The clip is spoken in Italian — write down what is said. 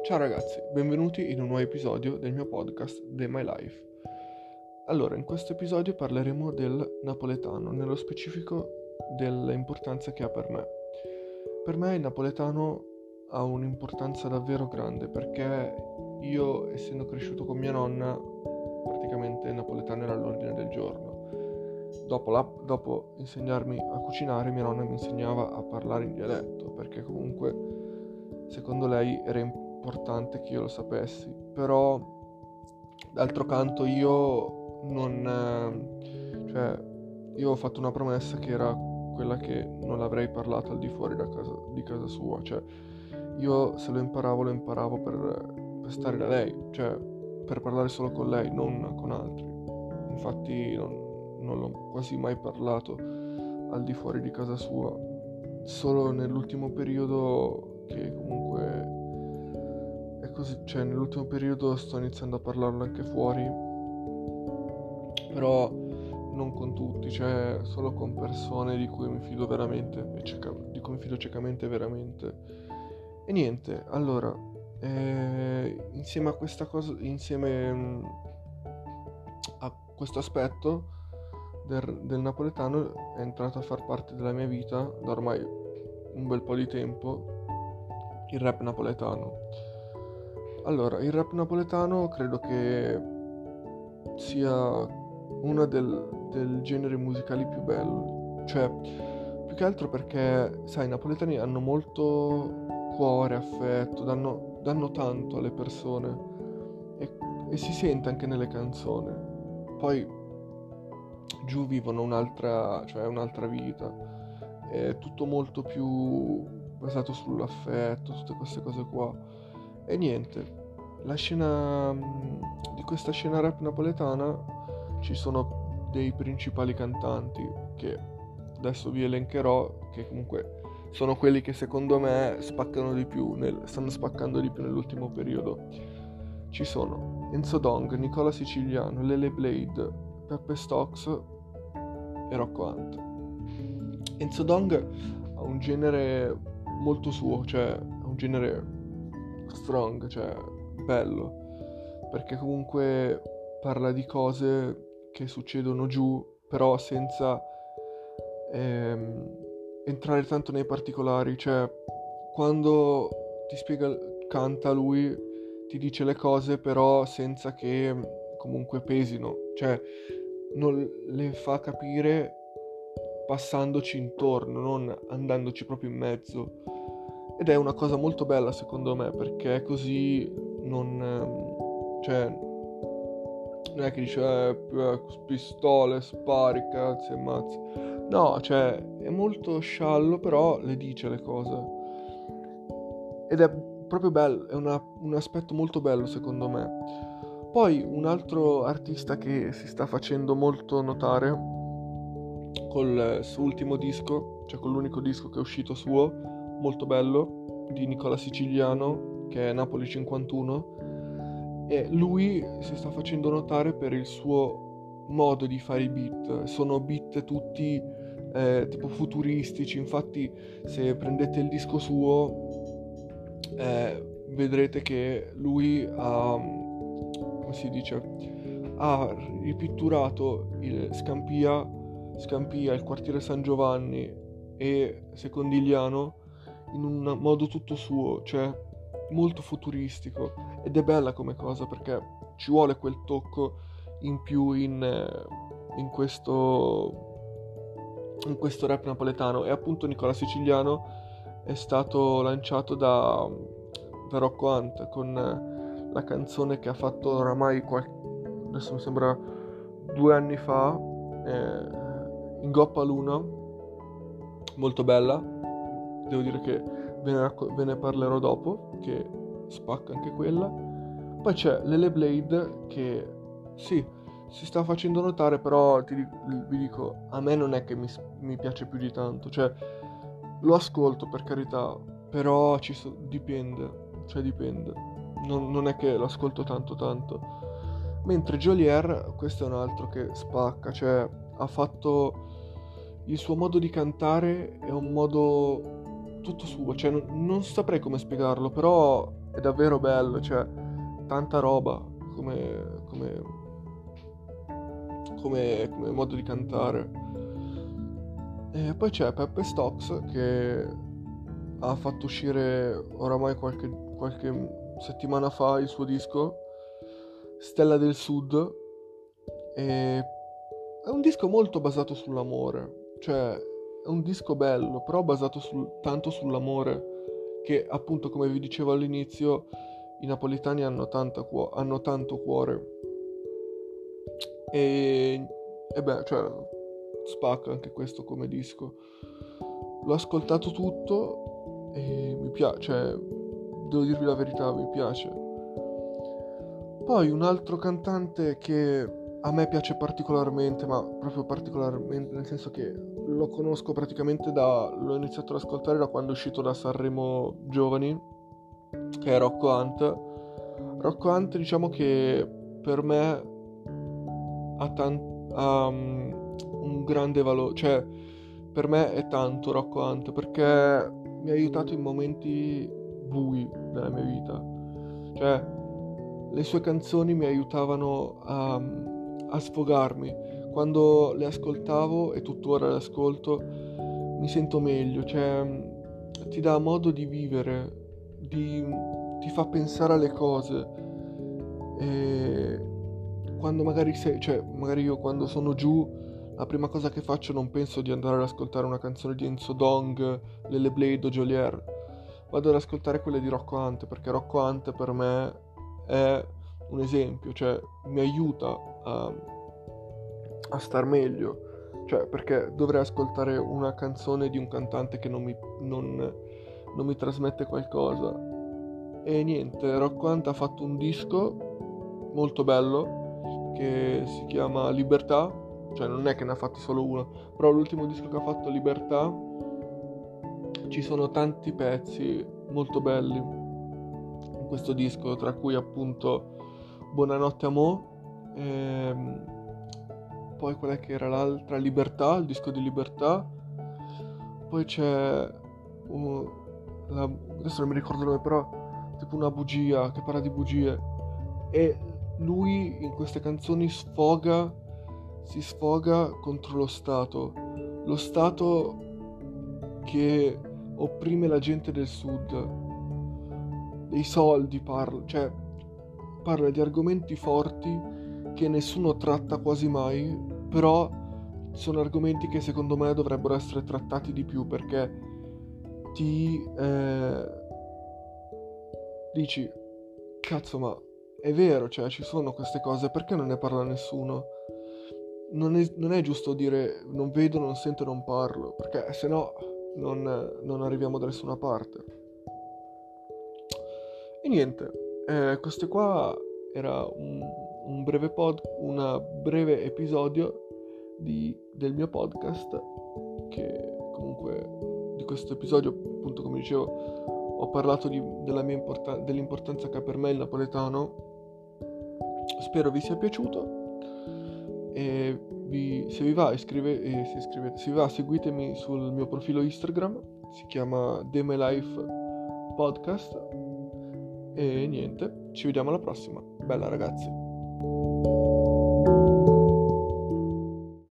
Ciao ragazzi, benvenuti in un nuovo episodio del mio podcast The My Life. Allora, in questo episodio parleremo del napoletano, nello specifico dell'importanza che ha per me. Per me il napoletano ha un'importanza davvero grande perché io, essendo cresciuto con mia nonna, praticamente il napoletano era all'ordine del giorno. Dopo insegnarmi a cucinare, mia nonna mi insegnava a parlare in dialetto, perché comunque secondo lei era importante che io lo sapessi. Però d'altro canto io io ho fatto una promessa che era quella che non l'avrei parlato al di fuori di casa sua. Cioè io se lo imparavo per stare da lei, cioè per parlare solo con lei, non con altri. Infatti non l'ho quasi mai parlato al di fuori di casa sua, solo nell'ultimo periodo che comunque è così, cioè nell'ultimo periodo sto iniziando a parlarlo anche fuori, però non con tutti, cioè solo con persone di cui mi fido veramente, di cui mi fido ciecamente veramente. E niente, allora, insieme a questa cosa, insieme a questo aspetto del napoletano è entrato a far parte della mia vita da ormai un bel po' di tempo il rap napoletano. Allora, il rap napoletano credo che sia uno del genere musicali più bello, cioè più che altro perché, sai, i napoletani hanno molto cuore, affetto, danno tanto alle persone e si sente anche nelle canzoni. Poi giù vivono un'altra vita, è tutto molto più basato sull'affetto, tutte queste cose qua. E niente, la scena di questa scena rap napoletana ci sono dei principali cantanti che adesso vi elencherò, che comunque sono quelli che secondo me stanno spaccando di più nell'ultimo periodo. Ci sono Enzo Dong, Nicola Siciliano, Lele Blade, Peppe Stocks e Rocco Hunt. Enzo Dong ha un genere molto suo, cioè ha un genere strong, cioè bello, perché comunque parla di cose che succedono giù, però senza entrare tanto nei particolari. Cioè quando canta lui, ti dice le cose però senza che comunque pesino, cioè non le fa capire passandoci intorno, non andandoci proprio in mezzo. Ed è una cosa molto bella secondo me, perché così non è che dice pistole, spari, cazzi e mazzi. No, cioè è molto sciallo, però le dice le cose. Ed è proprio bello, è un aspetto molto bello secondo me. Poi un altro artista che si sta facendo molto notare col suo ultimo disco, cioè con l'unico disco che è uscito suo, molto bello, di Nicola Siciliano, che è Napoli 51, e lui si sta facendo notare per il suo modo di fare i beat. Sono beat tutti tipo futuristici, infatti se prendete il disco suo vedrete che lui come si dice, ha ripitturato il Scampia, il quartiere San Giovanni e Secondigliano in un modo tutto suo, cioè molto futuristico, ed è bella come cosa perché ci vuole quel tocco in più in questo rap napoletano. E appunto Nicola Siciliano è stato lanciato da Rocco Hunt con la canzone che ha fatto oramai adesso mi sembra 2 anni fa, In Goppa Luna, molto bella, devo dire che ve ne parlerò dopo, che spacca anche quella. Poi c'è Lele Blade che sì, si sta facendo notare, però vi dico, a me non è che mi piace più di tanto, cioè lo ascolto per carità, però dipende, non è che lo ascolto tanto. Mentre Jolier, questo è un altro che spacca, cioè ha fatto il suo modo di cantare, è un modo tutto suo, cioè non saprei come spiegarlo, però è davvero bello, cioè tanta roba come modo di cantare. E poi c'è Peppe Stocks che ha fatto uscire oramai qualche settimana fa il suo disco Stella del Sud, e è un disco molto basato sull'amore, cioè è un disco bello, però basato tanto sull'amore, che appunto, come vi dicevo all'inizio, i napoletani hanno tanto cuore. E beh, cioè, spacca anche questo come disco. L'ho ascoltato tutto e mi piace, cioè, devo dirvi la verità, mi piace. Poi un altro cantante che a me piace particolarmente, ma proprio particolarmente, nel senso che lo conosco praticamente l'ho iniziato ad ascoltare da quando è uscito da Sanremo Giovani, che è Rocco Hunt. Rocco Hunt, diciamo che per me ha un grande valore, cioè per me è tanto Rocco Hunt, perché mi ha aiutato in momenti bui della mia vita, cioè le sue canzoni mi aiutavano a sfogarmi. Quando le ascoltavo, e tuttora le ascolto, mi sento meglio, cioè ti dà modo di vivere, ti fa pensare alle cose. E quando magari magari io quando sono giù, la prima cosa che faccio, non penso di andare ad ascoltare una canzone di Enzo Dong, Lele Blade o Jolier. Vado ad ascoltare quelle di Rocco Hunt, perché Rocco Hunt per me è un esempio, cioè mi aiuta a star meglio, cioè perché dovrei ascoltare una canzone di un cantante che non mi trasmette qualcosa. E niente, Rocco Hunt ha fatto un disco molto bello che si chiama Libertà, cioè non è che ne ha fatti solo uno, però l'ultimo disco che ha fatto, Libertà, ci sono tanti pezzi molto belli in questo disco, tra cui appunto Buonanotte Amò, poi quella che era l'altra, Libertà, il disco di Libertà. Poi c'è adesso non mi ricordo il nome, però tipo una bugia, che parla di bugie, e lui in queste canzoni si sfoga contro lo Stato che opprime la gente del sud, dei soldi parla di argomenti forti che nessuno tratta quasi mai, però sono argomenti che secondo me dovrebbero essere trattati di più, perché dici, cazzo, ma è vero, cioè ci sono queste cose, perché non ne parla nessuno? Non è giusto dire non vedo, non sento, non parlo, perché se no non arriviamo da nessuna parte. E niente, questo qua era un breve episodio del mio podcast, che comunque di questo episodio, appunto, come dicevo, ho parlato dell'importanza che ha per me il napoletano. Spero vi sia piaciuto, e se vi va seguitemi sul mio profilo Instagram, si chiama The My Life Podcast. E niente, ci vediamo alla prossima. Bella ragazzi.